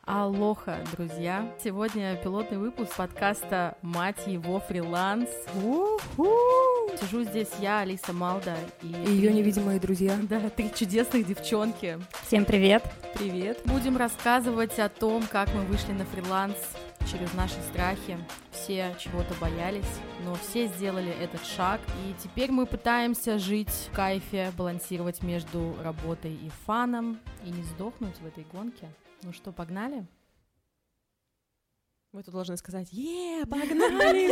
Алоха, друзья! Сегодня пилотный выпуск подкаста «Мать его, фриланс». Сижу здесь я, Алиса Малда, и ее невидимые друзья. Да, 3 чудесных девчонки. Всем привет! Привет! Будем рассказывать о том, как мы вышли на фриланс через наши страхи. Все чего-то боялись, но все сделали этот шаг, и теперь мы пытаемся жить в кайфе, балансировать между работой и фаном, и не сдохнуть в этой гонке. Ну что, погнали? Мы тут должны сказать: погнали!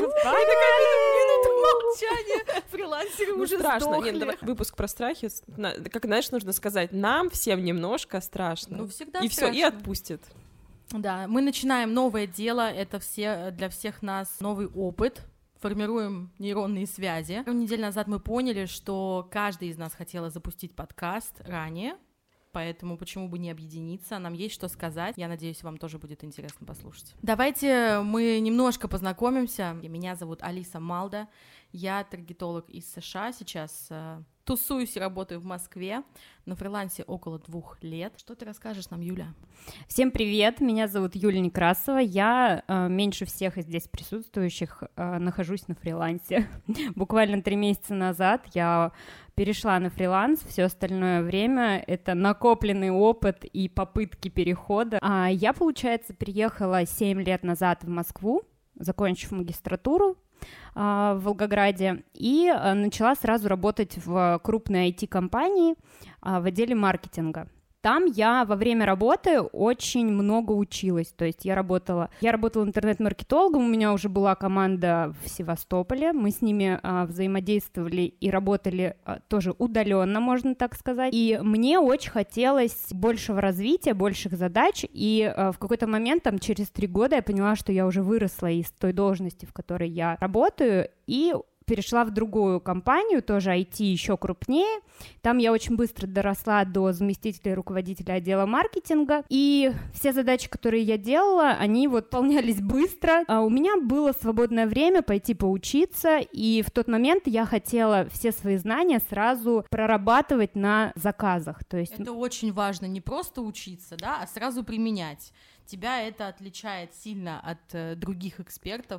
Минута молчания, фрилансеры уже страшно. сдохли. Нет, давай выпуск про страхи. Как, знаешь, нужно сказать: нам всем немножко страшно. Ну, всегда и страшно. все, и отпустит. Да, мы начинаем новое дело, это для всех нас новый опыт, формируем нейронные связи. Неделю назад мы поняли, что каждый из нас хотела запустить подкаст ранее, поэтому почему бы не объединиться, нам есть что сказать, я надеюсь, вам тоже будет интересно послушать. Давайте мы немножко познакомимся. Меня зовут Алиса Малда, я таргетолог из США, сейчас тусуюсь и работаю в Москве, на фрилансе около 2 лет. Что ты расскажешь нам, Юля? Всем привет, меня зовут Юля Некрасова, я меньше всех из здесь присутствующих нахожусь на фрилансе. Буквально 3 месяца назад я перешла на фриланс, все остальное время это накопленный опыт и попытки перехода. Я, получается, переехала 7 лет назад в Москву, закончив магистратуру в Волгограде, и начала сразу работать в крупной IT-компании в отделе маркетинга. Там я во время работы очень много училась, то есть я работала интернет-маркетологом, у меня уже была команда в Севастополе, мы с ними взаимодействовали и работали тоже удаленно, можно так сказать, и мне очень хотелось большего развития, больших задач, и в какой-то момент, там, через 3 года я поняла, что я уже выросла из той должности, в которой я работаю, и перешла в другую компанию, тоже IT, еще крупнее. Там я очень быстро доросла до заместителя руководителя отдела маркетинга, и все задачи, которые я делала, они выполнялись быстро. У меня было свободное время пойти поучиться, и в тот момент я хотела все свои знания сразу прорабатывать на заказах. То есть... Это очень важно, не просто учиться, да, а сразу применять. Тебя это отличает сильно от других экспертов.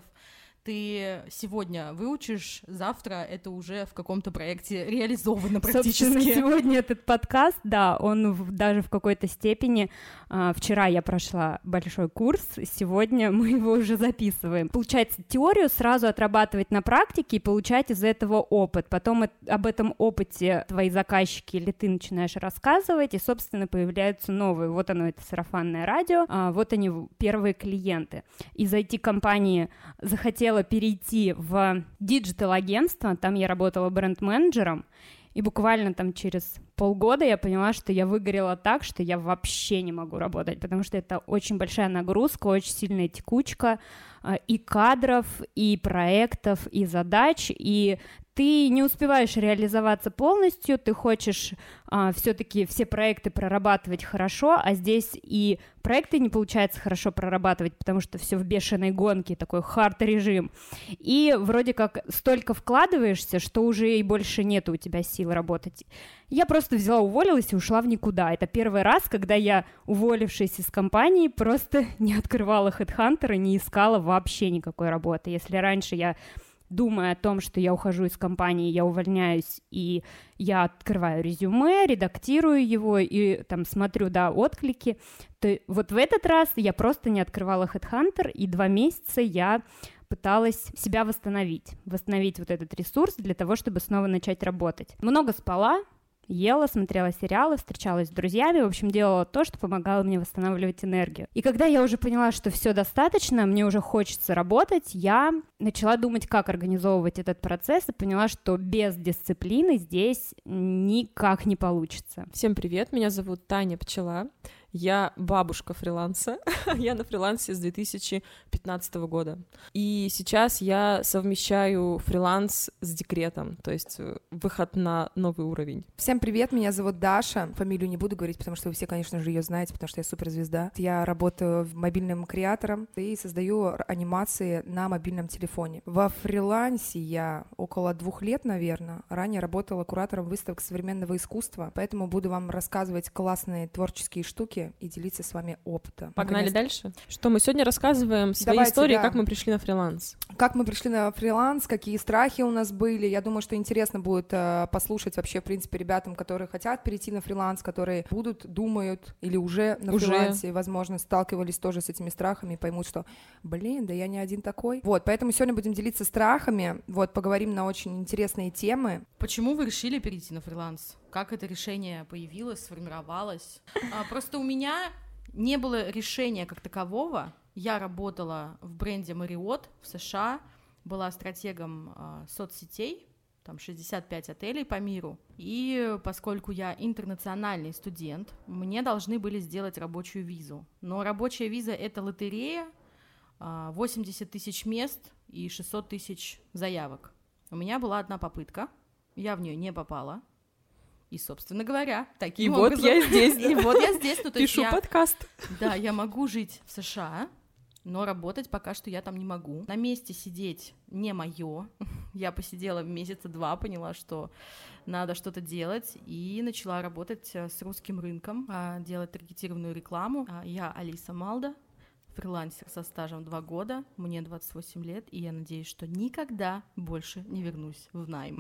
Ты сегодня выучишь, завтра это уже в каком-то проекте реализовано практически. Собственно, сегодня этот подкаст, да, он даже в какой-то степени, вчера я прошла большой курс, сегодня мы его уже записываем. Получается, теорию сразу отрабатывать на практике и получать из этого опыт. Потом об этом опыте твои заказчики или ты начинаешь рассказывать, и, собственно, появляются новые. Вот оно, это сарафанное радио, вот они, первые клиенты. Из IT-компании захотела перейти в диджитал-агентство, там я работала бренд-менеджером, и буквально там через полгода я поняла, что я выгорела так, что я вообще не могу работать, потому что это очень большая нагрузка, очень сильная текучка и кадров, и проектов, и задач, и ты не успеваешь реализоваться полностью, ты хочешь все-таки все проекты прорабатывать хорошо, а здесь и проекты не получается хорошо прорабатывать, потому что все в бешеной гонке, такой хард-режим, и вроде как столько вкладываешься, что уже и больше нету у тебя сил работать. Я просто взяла, уволилась и ушла в никуда. Это первый раз, когда я, уволившись из компании, просто не открывала HeadHunter и не искала вообще никакой работы. Если раньше я, думая о том, что я ухожу из компании, я увольняюсь, и я открываю резюме, редактирую его и там смотрю, да, отклики, то вот в этот раз я просто не открывала HeadHunter, и 2 месяца я пыталась себя восстановить вот этот ресурс для того, чтобы снова начать работать. Много спала, ела, смотрела сериалы, встречалась с друзьями, в общем, делала то, что помогало мне восстанавливать энергию. И когда я уже поняла, что все достаточно, мне уже хочется работать, я начала думать, как организовывать этот процесс, и поняла, что без дисциплины здесь никак не получится. Всем привет, меня зовут Таня Пчела. Я бабушка фриланса, я на фрилансе с 2015 года. И сейчас я совмещаю фриланс с декретом, то есть выход на новый уровень. Всем привет, меня зовут Даша. Фамилию не буду говорить, потому что вы все, конечно же, ее знаете, потому что я суперзвезда. Я работаю мобильным креатором и создаю анимации на мобильном телефоне. Во фрилансе я около 2 лет, наверное. Ранее работала куратором выставок современного искусства, поэтому буду вам рассказывать классные творческие штуки, истории и делиться с вами опытом. Погнали дальше. Что мы сегодня рассказываем свои Давайте, истории, да. как мы пришли на фриланс. Как мы пришли на фриланс, какие страхи у нас были. Я думаю, что интересно будет послушать вообще, в принципе, ребятам, которые хотят перейти на фриланс, которые будут, думают или уже на фрилансе, и, возможно, сталкивались тоже с этими страхами и поймут, что, блин, да я не один такой. Вот, поэтому сегодня будем делиться страхами, вот, поговорим на очень интересные темы. Почему вы решили перейти на фриланс? Как это решение появилось, сформировалось? Просто у меня не было решения как такового. Я работала в бренде Marriott в США, была стратегом соцсетей, там 65 отелей по миру. И поскольку я интернациональный студент, мне должны были сделать рабочую визу. Но рабочая виза — это лотерея, 80 тысяч мест и 600 тысяч заявок. У меня была одна попытка, я в нее не попала. И, собственно говоря, таким образом... вот я здесь. И вот я здесь. Ну, то есть Пишу подкаст. Да, я могу жить в США, но работать пока что я там не могу. На месте сидеть не моё. Я посидела месяца 2, поняла, что надо что-то делать, и начала работать с русским рынком, делать таргетированную рекламу. Я Алиса Малда, фрилансер со стажем 2 года, мне 28 лет, и я надеюсь, что никогда больше не вернусь в найм.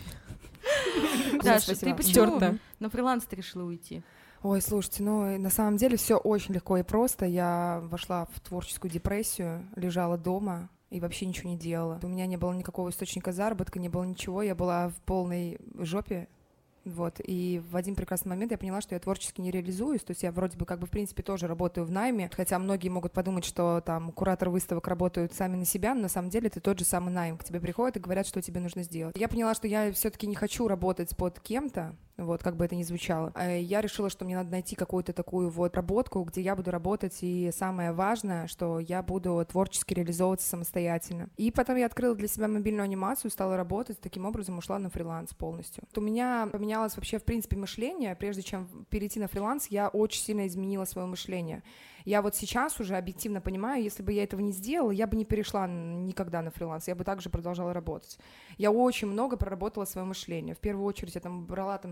Даша, ты почему на фриланс ты решила уйти? Ой, слушайте, ну, на самом деле все очень легко и просто. Я вошла в творческую депрессию, лежала дома и вообще ничего не делала. У меня не было никакого источника заработка, не было ничего, я была в полной жопе. Вот, и в один прекрасный момент я поняла, что я творчески не реализуюсь, то есть я вроде бы как бы в принципе тоже работаю в найме, хотя многие могут подумать, что там кураторы выставок работают сами на себя, но на самом деле это тот же самый найм, к тебе приходят и говорят, что тебе нужно сделать. Я поняла, что я все-таки не хочу работать под кем-то, вот, как бы это ни звучало. Я решила, что мне надо найти какую-то такую вот работку, где я буду работать, и самое важное, что я буду творчески реализовываться самостоятельно. И потом я открыла для себя мобильную анимацию, стала работать, таким образом ушла на фриланс полностью. У меня поменялось вообще, в принципе, мышление. Прежде чем перейти на фриланс, я очень сильно изменила свое мышление. Я вот сейчас уже объективно понимаю, если бы я этого не сделала, я бы не перешла никогда на фриланс, я бы также продолжала работать. Я очень много проработала свое мышление. В первую очередь я там брала там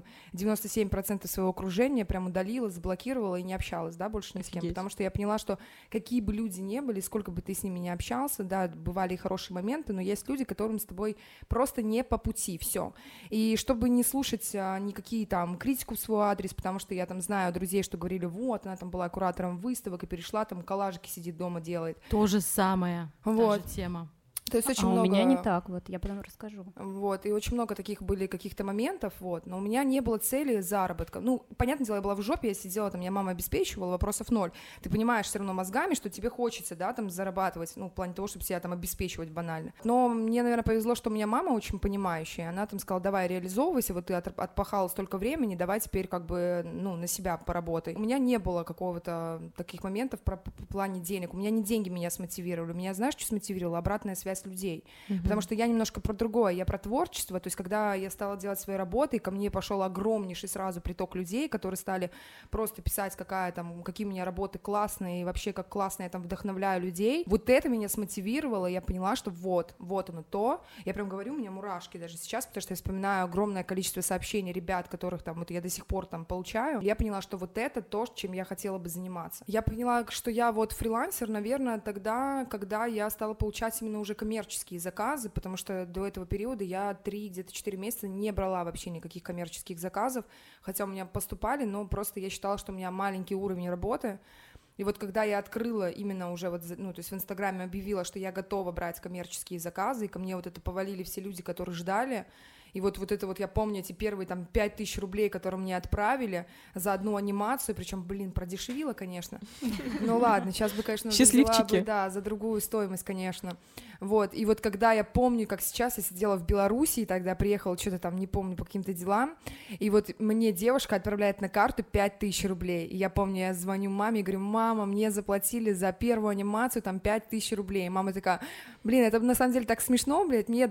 97% своего окружения, прям удалила, заблокировала и не общалась, да, больше ни с кем, потому что я поняла, что какие бы люди ни были, сколько бы ты с ними ни общался, да, бывали и хорошие моменты, но есть люди, которым с тобой просто не по пути, все. И чтобы не слушать никакие там критику в свой адрес, потому что я там знаю друзей, что говорили, вот, она там была куратором выставок и перешла, там коллажики сидит дома делает. То же самое, вот. та же тема. То есть очень у много... меня не так, вот, я потом расскажу. Вот, и очень много таких были каких-то моментов, вот, но у меня не было цели заработка. Ну, понятное дело, я была в жопе, я сидела, там, меня мама обеспечивала, вопросов ноль. Ты понимаешь все равно мозгами, что тебе хочется, да, там, зарабатывать, ну, в плане того, чтобы себя там обеспечивать банально. Но мне, наверное, повезло, что у меня мама очень понимающая, она там сказала, давай, реализовывайся, вот ты отпахала столько времени, давай теперь как бы, ну, на себя поработай. У меня не было какого-то таких моментов в плане денег, у меня не деньги меня смотивировали, меня, знаешь, что смотивировало? Обратная связь людей. Потому что я немножко про другое, я про творчество, то есть когда я стала делать свои работы, ко мне пошел огромнейший сразу приток людей, которые стали просто писать, какие у меня работы классные, и вообще как классно я там вдохновляю людей, вот это меня смотивировало, и я поняла, что вот оно то, я прям говорю, у меня мурашки даже сейчас, потому что я вспоминаю огромное количество сообщений ребят, которых там, вот я до сих пор там получаю, я поняла, что вот это то, чем я хотела бы заниматься. Я поняла, что я вот фрилансер, наверное, тогда, когда я стала получать именно уже коммерческие заказы, потому что до этого периода я 3, где-то 4 месяца не брала вообще никаких коммерческих заказов, хотя у меня поступали, но просто я считала, что у меня маленький уровень работы. И вот когда я открыла именно уже вот, ну, то есть в Инстаграме объявила, что я готова брать коммерческие заказы, и ко мне вот это повалили все люди, которые ждали, и вот это вот я помню эти первые там 5000 рублей, которые мне отправили за одну анимацию, причем, продешевила, конечно. Ну ладно, сейчас бы, конечно, взяла бы, да, за другую стоимость, конечно. Вот, и вот когда я помню, как сейчас я сидела в Белоруссии, тогда приехала что-то там, не помню, по каким-то делам, и вот мне девушка отправляет на карту 5000 рублей, и я помню, я звоню маме и говорю, мама, мне заплатили за первую анимацию там 5000 рублей, и мама такая, это на самом деле так смешно, мне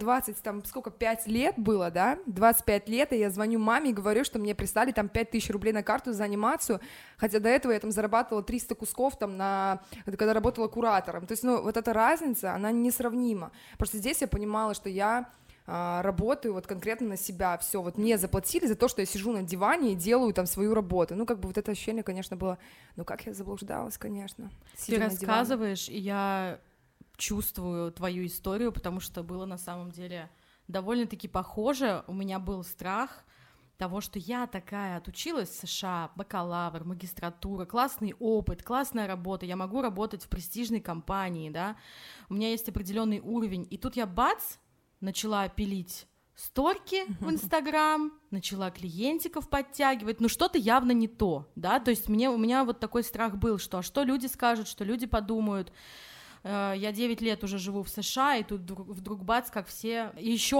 5 лет было, да, 25 лет, и я звоню маме и говорю, что мне прислали там 5000 рублей на карту за анимацию, хотя до этого я там зарабатывала 300 кусков там когда работала куратором, то есть, ну, вот эта разница, она несравнима, просто здесь я понимала, что я работаю вот конкретно на себя, все, вот мне заплатили за то, что я сижу на диване и делаю там свою работу. Ну, как бы вот это ощущение, конечно, было, ну, как я заблуждалась, конечно. Ты рассказываешь, и я чувствую твою историю, потому что было на самом деле довольно-таки похоже. У меня был страх того, что я такая отучилась в США, бакалавр, магистратура, классный опыт, классная работа, я могу работать в престижной компании, да, у меня есть определенный уровень, и тут я бац, начала пилить сторки в Инстаграм, начала клиентиков подтягивать, ну что-то явно не то, да, то есть у меня вот такой страх был, что люди скажут, что люди подумают. Я 9 лет уже живу в США, и тут вдруг бац, как все, еще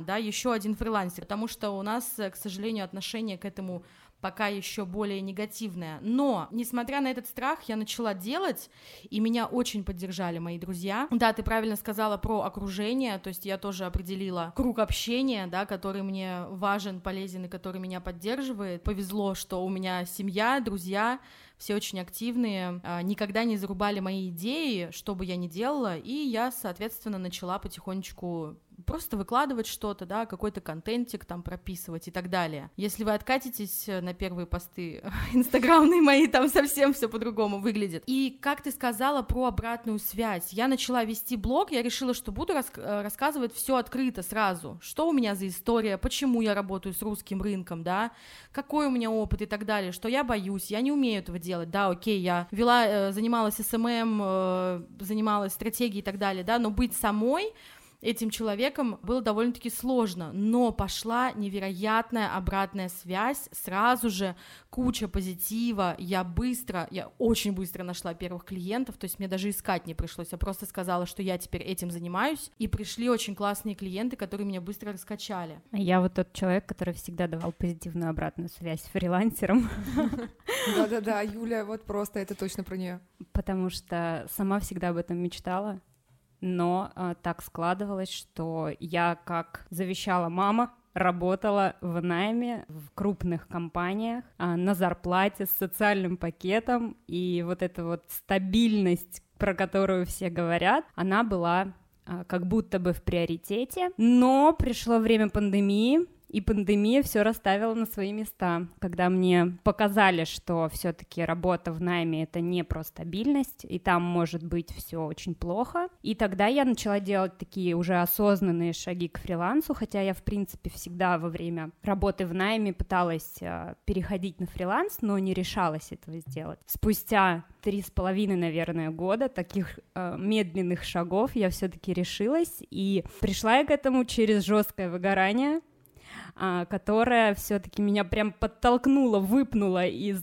один фрилансер, потому что у нас, к сожалению, отношение к этому пока еще более негативное. Но, несмотря на этот страх, я начала делать, и меня очень поддержали мои друзья. Да, ты правильно сказала про окружение, то есть я тоже определила круг общения, да, который мне важен, полезен и который меня поддерживает. Повезло, что у меня семья, друзья, все очень активные, никогда не зарубали мои идеи, что бы я ни делала, и я, соответственно, начала потихонечку просто выкладывать что-то, да, какой-то контентик там прописывать и так далее. Если вы откатитесь на первые посты инстаграмные мои, там совсем все по-другому выглядит. И как ты сказала про обратную связь, я начала вести блог, я решила, что буду рассказывать все открыто сразу, что у меня за история, почему я работаю с русским рынком, да, какой у меня опыт и так далее, что я боюсь, я не умею этого делать, да, окей, я занималась СММ, занималась стратегией и так далее, да, но быть самой этим человеком было довольно-таки сложно, но пошла невероятная обратная связь, сразу же куча позитива, я очень быстро нашла первых клиентов, то есть мне даже искать не пришлось, я просто сказала, что я теперь этим занимаюсь, и пришли очень классные клиенты, которые меня быстро раскачали. Я вот тот человек, который всегда давал позитивную обратную связь фрилансерам. Да-да-да, Юля, вот просто это точно про нее. Потому что сама всегда об этом мечтала. Но так складывалось, что я, как завещала мама, работала в найме в крупных компаниях на зарплате с социальным пакетом, и вот эта вот стабильность, про которую все говорят, она была как будто бы в приоритете, но пришло время пандемии, и пандемия все расставила на свои места, когда мне показали, что все-таки работа в найме — это не про стабильность, и там может быть все очень плохо. И тогда я начала делать такие уже осознанные шаги к фрилансу, хотя я, в принципе, всегда во время работы в найме пыталась переходить на фриланс, но не решалась этого сделать. Спустя 3,5, наверное, года таких медленных шагов я все-таки решилась, и пришла я к этому через жесткое выгорание, которая все-таки меня прям подтолкнула, выпнула из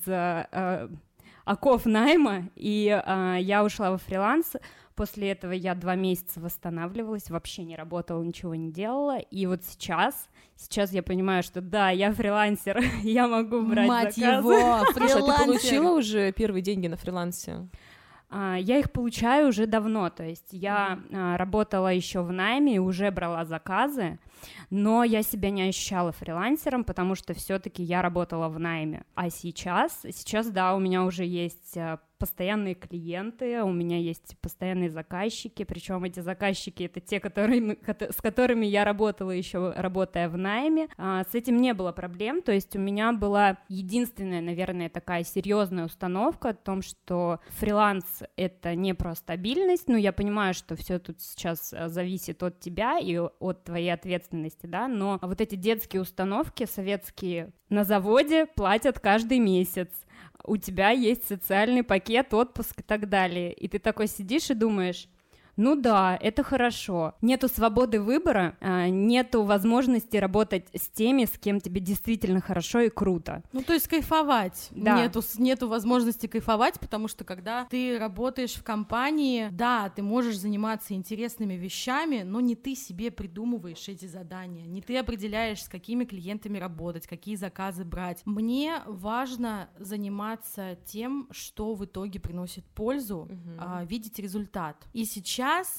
оков найма, и я ушла во фриланс. После этого я 2 месяца восстанавливалась, вообще не работала, ничего не делала, и вот сейчас я понимаю, что да, я фрилансер, я могу брать Мать заказы. его, Слушай, а ты получила уже первые деньги на фрилансе? Я их получаю уже давно, то есть я работала еще в найме и уже брала заказы, но я себя не ощущала фрилансером, потому что все-таки я работала в найме. А сейчас, да, у меня уже есть постоянные клиенты, у меня есть постоянные заказчики, причем эти заказчики — это те, с которыми я работала еще, работая в найме. С этим не было проблем, то есть у меня была единственная, наверное, такая серьезная установка о том, что фриланс — это не про стабильность, но я понимаю, что все тут сейчас зависит от тебя и от твоей ответственности, да, но вот эти детские установки советские: на заводе платят каждый месяц, у тебя есть социальный пакет, отпуск и так далее. И ты такой сидишь и думаешь: ну да, это хорошо. Нету свободы выбора, нету возможности работать с теми, с кем тебе действительно хорошо и круто. Ну, то есть кайфовать. Да. Нету возможности кайфовать, потому что когда ты работаешь в компании, да, ты можешь заниматься интересными вещами, но не ты себе придумываешь эти задания, не ты определяешь, с какими клиентами работать, какие заказы брать. Мне важно заниматься тем, что в итоге приносит пользу, видеть результат. И сейчас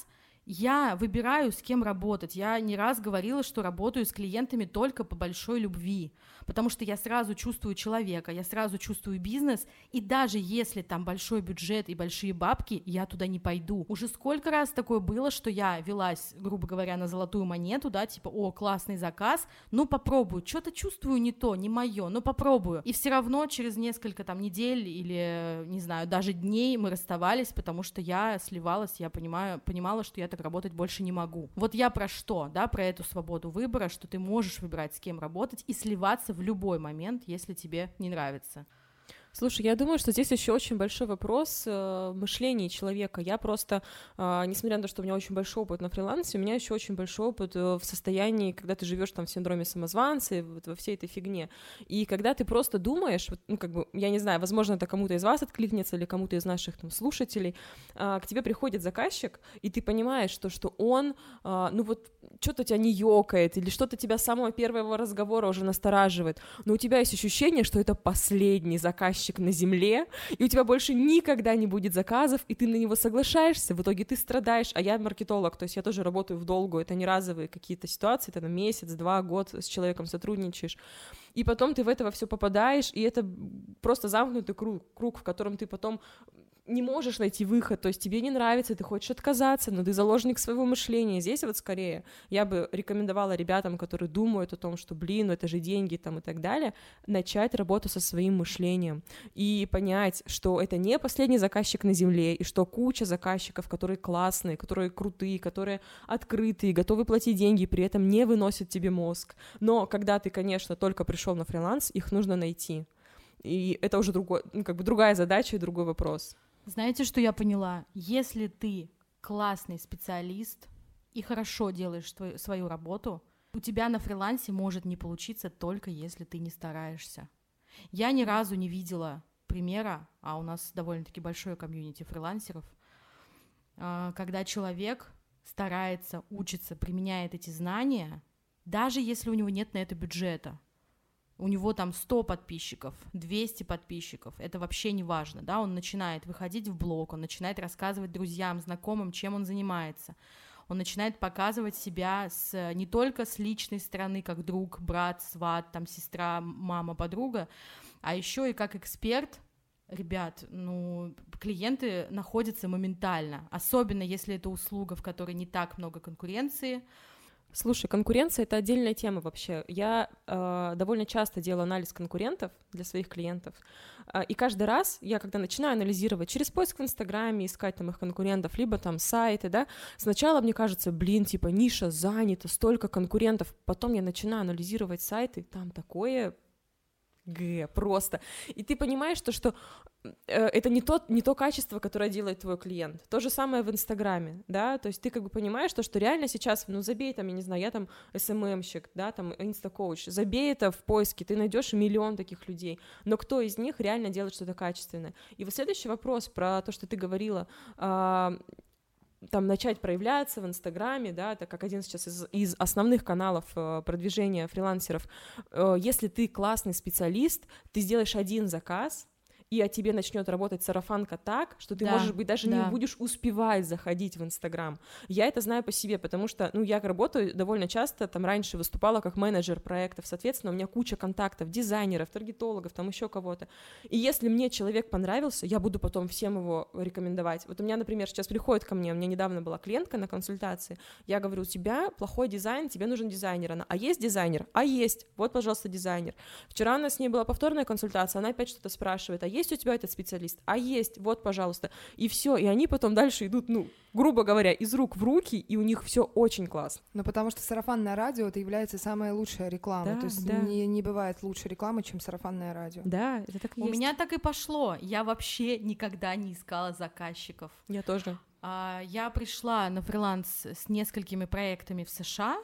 Я выбираю, с кем работать. Я не раз говорила, что работаю с клиентами только по большой любви, потому что я сразу чувствую человека, я сразу чувствую бизнес, и даже если там большой бюджет и большие бабки, я туда не пойду. Уже сколько раз такое было, что я велась, грубо говоря, на золотую монету, да, типа, о, классный заказ, ну попробую, что-то чувствую не то, не мое, ну попробую. И все равно через несколько там недель или, не знаю, даже дней мы расставались, потому что я сливалась, я понимала, что я так работать больше не могу. Вот я про что, да, про эту свободу выбора, что ты можешь выбирать, с кем работать, и сливаться в любой момент, если тебе не нравится. Слушай, я думаю, что здесь еще очень большой вопрос мышления человека. Я просто, несмотря на то, что у меня очень большой опыт на фрилансе, у меня еще очень большой опыт в состоянии, когда ты живешь там в синдроме самозванца, вот во всей этой фигне. И когда ты просто думаешь, ну, как бы, я не знаю, возможно, это кому-то из вас откликнется или кому-то из наших там слушателей, к тебе приходит заказчик, и ты понимаешь, что он, ну вот, что-то тебя не ёкает, или что-то тебя с самого первого разговора уже настораживает, но у тебя есть ощущение, что это последний заказчик на земле, и у тебя больше никогда не будет заказов, и ты на него соглашаешься, в итоге ты страдаешь, а я маркетолог, то есть я тоже работаю в долгу, это не разовые какие-то ситуации, это на месяц, 2, год с человеком сотрудничаешь, и потом ты в это все попадаешь, и это просто замкнутый круг, в котором ты потом не можешь найти выход, то есть тебе не нравится, ты хочешь отказаться, но ты заложник своего мышления. Здесь вот скорее я бы рекомендовала ребятам, которые думают о том, что, блин, ну это же деньги там и так далее, начать работу со своим мышлением и понять, что это не последний заказчик на земле, и что куча заказчиков, которые классные, которые крутые, которые открытые, готовы платить деньги, при этом не выносят тебе мозг. Но когда ты, конечно, только пришел на фриланс, их нужно найти. И это уже другая задача и другой вопрос. Знаете, что я поняла? Если ты классный специалист и хорошо делаешь свою работу, у тебя на фрилансе может не получиться только если ты не стараешься. Я ни разу не видела примера, а у нас довольно-таки большое комьюнити фрилансеров, когда человек старается, учится, применяет эти знания, даже если у него нет на это бюджета. У него там 100 подписчиков, 200 подписчиков, это вообще не важно, да, он начинает выходить в блог, он начинает рассказывать друзьям, знакомым, чем он занимается, он начинает показывать себя не только с личной стороны, как друг, брат, сват, там, сестра, мама, подруга, а еще и как эксперт. Ребят, ну, клиенты находятся моментально, особенно если это услуга, в которой не так много конкуренции. Слушай, конкуренция — это отдельная тема вообще. Я довольно часто делаю анализ конкурентов для своих клиентов, и каждый раз я, когда начинаю анализировать через поиск в Инстаграме, искать там их конкурентов, либо там сайты, да, сначала мне кажется, блин, типа ниша занята, столько конкурентов, потом я начинаю анализировать сайты, там такое... просто. И ты понимаешь, что это не то качество, которое делает твой клиент. То же самое в Инстаграме, да, то есть ты как бы понимаешь, что реально сейчас, ну, забей там, я не знаю, я там СММщик, да, там, инстакоуч, забей это в поиске, ты найдешь миллион таких людей, но кто из них реально делает что-то качественное? И вот следующий вопрос про то, что ты говорила, там начать проявляться в Инстаграме, да, это как один сейчас из основных каналов продвижения фрилансеров. Если ты классный специалист, ты сделаешь один заказ, и о тебе начнет работать сарафанка так, что ты, может быть, даже не будешь успевать заходить в Инстаграм. Я это знаю по себе, потому что, ну, я работаю довольно часто, там раньше выступала как менеджер проектов, соответственно, у меня куча контактов, дизайнеров, таргетологов, там еще кого-то. И если мне человек понравился, я буду потом всем его рекомендовать. Вот у меня, например, сейчас приходит ко мне, у меня недавно была клиентка на консультации, я говорю, у тебя плохой дизайн, тебе нужен дизайнер. Она, а есть дизайнер? А есть, вот, пожалуйста, дизайнер. Вчера у нас с ней была повторная консультация, она опять что-то спрашивает, а есть у тебя этот специалист? А есть, вот, пожалуйста. И все, и они потом дальше идут, ну, грубо говоря, из рук в руки, и у них все очень классно. Ну, потому что сарафанное радио — это является самая лучшая реклама. Да, то есть да. не бывает лучшей рекламы, чем сарафанное радио. Да, это так и есть. У меня так и пошло. Я вообще никогда не искала заказчиков. Я тоже. Я пришла на фриланс с несколькими проектами в США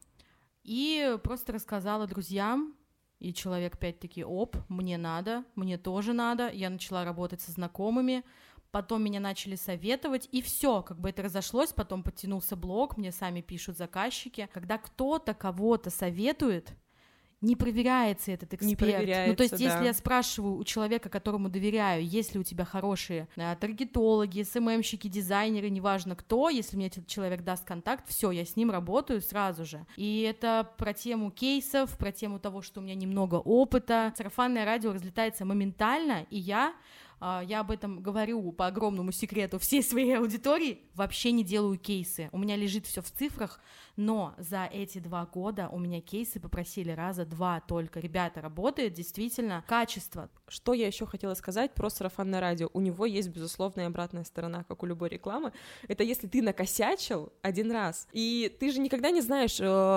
и просто рассказала друзьям, и человек 5 таки, оп, мне надо, мне тоже надо. Я начала работать со знакомыми, потом меня начали советовать, и все, как бы это разошлось, потом подтянулся блог, мне сами пишут заказчики. Когда кто-то кого-то советует, не проверяется этот эксперт. Не проверяется, ну, то есть, да. если я спрашиваю у человека, которому доверяю, есть ли у тебя хорошие таргетологи, СММщики, дизайнеры, неважно кто, если мне этот человек даст контакт, все, я с ним работаю сразу же. И это про тему кейсов, про тему того, что у меня немного опыта. Сарафанное радио разлетается моментально, и я об этом говорю по огромному секрету всей своей аудитории, вообще не делаю кейсы. У меня лежит все в цифрах, но за эти 2 года у меня кейсы попросили раза 2 только. Ребята, работает действительно качество. Что я еще хотела сказать про сарафанное радио? У него есть, безусловно, и обратная сторона, как у любой рекламы. Это если ты накосячил один раз, и ты же никогда не знаешь,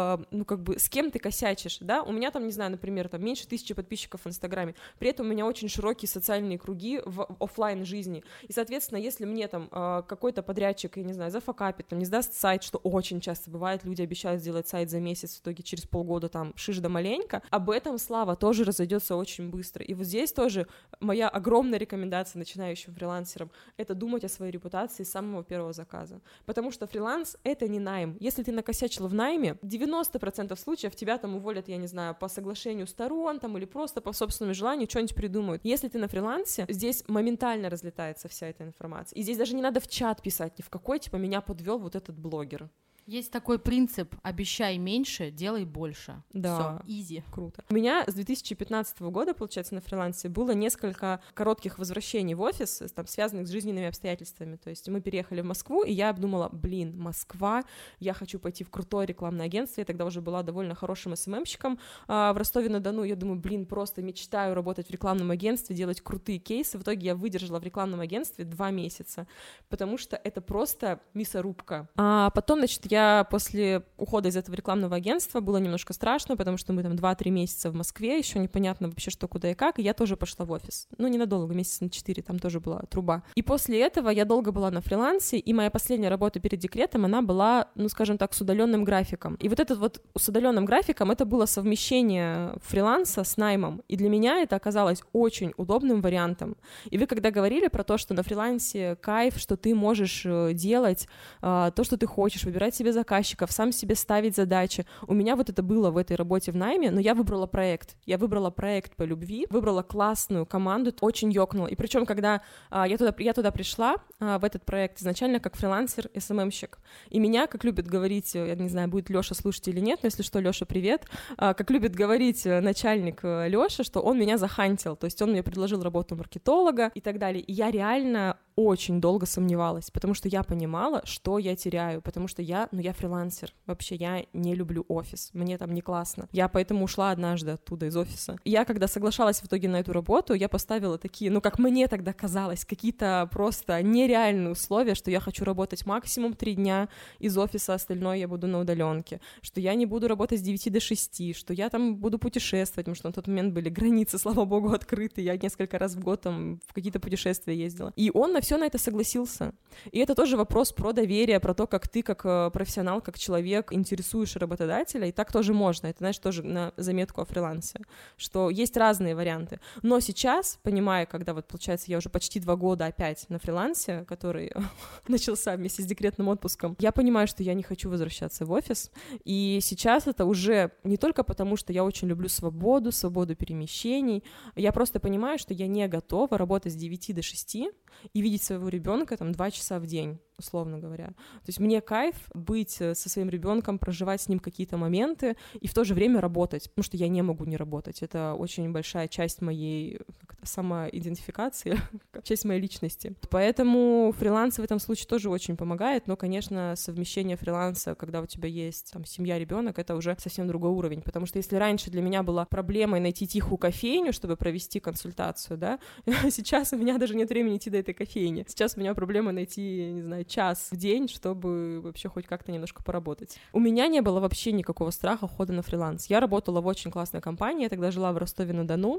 с кем ты косячишь, да? У меня там, не знаю, например, там меньше 1000 подписчиков в Инстаграме, при этом у меня очень широкие социальные круги в офлайн жизни, и, соответственно, если мне там какой-то подрядчик, я не знаю, зафакапит, там, не сдаст сайт, что очень часто бывает, люди обещают сделать сайт за месяц, в итоге через полгода там шиш да маленько, об этом слава тоже разойдется очень быстро. И вот здесь тоже моя огромная рекомендация начинающим фрилансерам — это думать о своей репутации с самого первого заказа, потому что фриланс — это не найм. Если ты накосячил в найме, 90% случаев тебя там уволят, я не знаю, по соглашению сторон там, или просто по собственному желанию что-нибудь придумают. Если ты на фрилансе, здесь моментально разлетается вся эта информация. И здесь даже не надо в чат писать, ни в какой, типа, меня подвел вот этот блогер. Есть такой принцип: обещай меньше, делай больше. Да. Всё, easy. Круто. У меня с 2015 года, получается, на фрилансе было несколько коротких возвращений в офис, там, связанных с жизненными обстоятельствами. То есть мы переехали в Москву, и я обдумала, Москва, я хочу пойти в крутое рекламное агентство. Я тогда уже была довольно хорошим СММщиком в Ростове-на-Дону. Я думаю, просто мечтаю работать в рекламном агентстве, делать крутые кейсы. В итоге я выдержала в рекламном агентстве 2 месяца, потому что это просто мясорубка. А потом, значит, я после ухода из этого рекламного агентства, было немножко страшно, потому что мы там 2-3 месяца в Москве, еще непонятно вообще, что, куда и как, и я тоже пошла в офис. Ну, ненадолго, месяца на 4, там тоже была труба. И после этого я долго была на фрилансе, и моя последняя работа перед декретом, она была, ну, скажем так, с удаленным графиком. И вот этот вот с удаленным графиком, это было совмещение фриланса с наймом, и для меня это оказалось очень удобным вариантом. И вы когда говорили про то, что на фрилансе кайф, что ты можешь делать то, что ты хочешь, выбирать себе заказчиков, сам себе ставить задачи. У меня вот это было в этой работе в найме, но я выбрала проект. Я выбрала проект по любви, выбрала классную команду, очень ёкнула. И причем, когда я туда пришла, в этот проект, изначально как фрилансер, СММщик. И меня, как любит говорить, я не знаю, будет Лёша слушать или нет, но если что, Лёша, привет, как любит говорить начальник Лёша, что он меня захантил, то есть он мне предложил работу маркетолога и так далее. И я реально очень долго сомневалась, потому что я понимала, что я теряю, потому что я фрилансер, вообще я не люблю офис, мне там не классно. Я поэтому ушла однажды оттуда из офиса. И я, когда соглашалась в итоге на эту работу, я поставила такие, ну, как мне тогда казалось, какие-то просто нереальные условия, что я хочу работать максимум 3 дня из офиса, остальное я буду на удаленке, что я не буду работать с 9 до 6, что я там буду путешествовать, потому что на тот момент были границы, слава богу, открыты, я несколько раз в год там в какие-то путешествия ездила. И он на все на это согласился. И это тоже вопрос про доверие, про то, как ты, как профессионал, как человек, интересуешь работодателя, и так тоже можно. Это, знаешь, тоже на заметку о фрилансе, что есть разные варианты. Но сейчас, понимая, когда вот, получается, я уже почти 2 года опять на фрилансе, который начался вместе с декретным отпуском, я понимаю, что я не хочу возвращаться в офис, и сейчас это уже не только потому, что я очень люблю свободу перемещений, я просто понимаю, что я не готова работать с 9 до 6 и видеть своего ребенка там 2 часа в день, условно говоря. То есть мне кайф быть со своим ребенком, проживать с ним какие-то моменты и в то же время работать, потому что я не могу не работать. Это очень большая часть моей самоидентификации, часть моей личности. Поэтому фриланс в этом случае тоже очень помогает, но, конечно, совмещение фриланса, когда у тебя есть там семья, ребенок, это уже совсем другой уровень, потому что если раньше для меня была проблемой найти тихую кофейню, чтобы провести консультацию, да, сейчас у меня даже нет времени идти до этой кофейни. Сейчас у меня проблема найти, не знаю, час в день, чтобы вообще хоть как-то немножко поработать. У меня не было вообще никакого страха ухода на фриланс. Я работала в очень классной компании, я тогда жила в Ростове-на-Дону.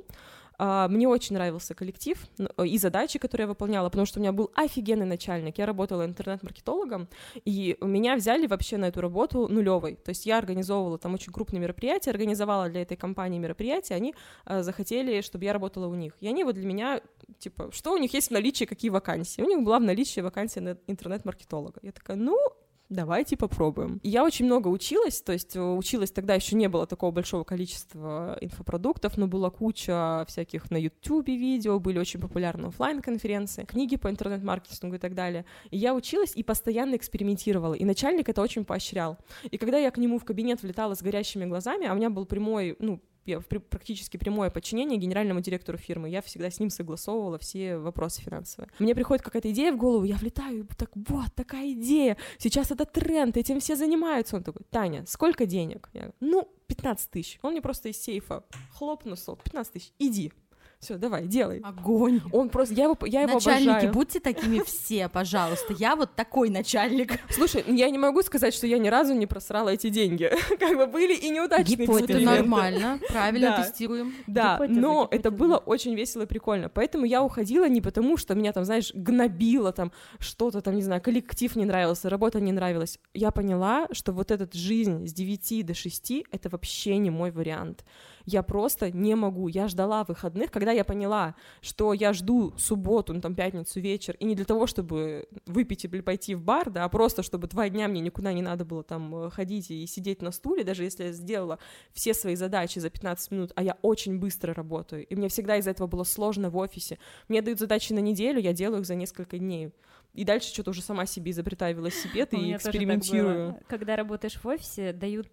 Мне очень нравился коллектив и задачи, которые я выполняла, потому что у меня был офигенный начальник. Я работала интернет-маркетологом, и меня взяли вообще на эту работу нулевой. То есть я организовывала там очень крупные мероприятия, организовала для этой компании мероприятия, они захотели, чтобы я работала у них. И они вот для меня, типа, что у них есть в наличии, какие вакансии? У них была в наличии вакансия на интернет-маркетолога. Я такая, давайте попробуем. И я очень много училась, то есть училась тогда еще не было такого большого количества инфопродуктов, но была куча всяких на YouTube видео, были очень популярны офлайн-конференции, книги по интернет-маркетингу и так далее. И я училась и постоянно экспериментировала, и начальник это очень поощрял. И когда я к нему в кабинет влетала с горящими глазами, а у меня был прямой, практически прямое подчинение генеральному директору фирмы. Я всегда с ним согласовывала все вопросы финансовые. Мне приходит какая-то идея в голову, я влетаю, так вот, такая идея, сейчас это тренд, этим все занимаются. Он такой: Таня, сколько денег? Я говорю: 15 тысяч. Он мне просто из сейфа хлопнул, 15 тысяч, иди. Все, давай, делай. Огонь. Он просто, я его Начальники, обожаю. будьте такими все, пожалуйста. Я вот такой начальник. Слушай, я не могу сказать, что я ни разу не просрала эти деньги. Как бы были и неудачные Это эксперименты. нормально, правильно Да. тестируем. Да, Гипотеза, но это гипотеза. было очень весело и прикольно. Поэтому я уходила не потому, что меня там, знаешь, гнобило там что-то там, не знаю, коллектив не нравился, работа не нравилась. Я поняла, что вот эта жизнь с 9 до 6 — это вообще не мой вариант. Я просто не могу. Я ждала выходных, когда я поняла, что я жду субботу, там, пятницу вечер, и не для того, чтобы выпить или пойти в бар, да, а просто чтобы 2 дня мне никуда не надо было там ходить и сидеть на стуле, даже если я сделала все свои задачи за 15 минут, а я очень быстро работаю, и мне всегда из-за этого было сложно в офисе. Мне дают задачи на неделю, я делаю их за несколько дней. И дальше что-то уже сама себе изобретаю велосипед У и меня тоже так экспериментирую. было. Когда работаешь в офисе, дают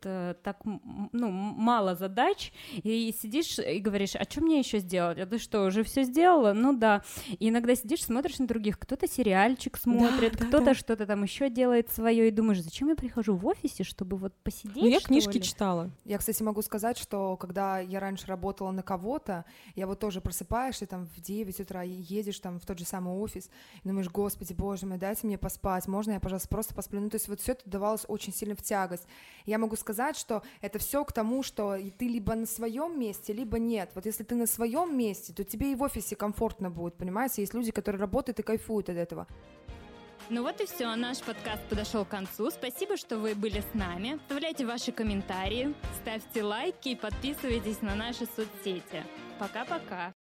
мало задач, и сидишь и говоришь: а что мне еще сделать? А ты что, уже все сделала? Ну да. И иногда сидишь, смотришь на других, кто-то сериальчик смотрит, да, кто-то да. что-то там еще делает свое, и думаешь: зачем я прихожу в офисе, чтобы вот посидеть? Ну, я что книжки ли? читала. Я, кстати, могу сказать, что когда я раньше работала на кого-то, я вот тоже просыпаешься там в 9 утра и едешь там в тот же самый офис, и думаешь: господи, боже мой, дайте мне поспать, можно я, пожалуйста, просто посплю? Ну, то есть вот все это давалось очень сильно в тягость. Я могу сказать, что это все к тому, что ты либо на своем месте, либо нет. Вот если ты на своем месте, то тебе и в офисе комфортно будет, понимаете? Есть люди, которые работают и кайфуют от этого. Ну вот и все, наш подкаст подошел к концу. Спасибо, что вы были с нами. Оставляйте ваши комментарии, ставьте лайки и подписывайтесь на наши соцсети. Пока-пока.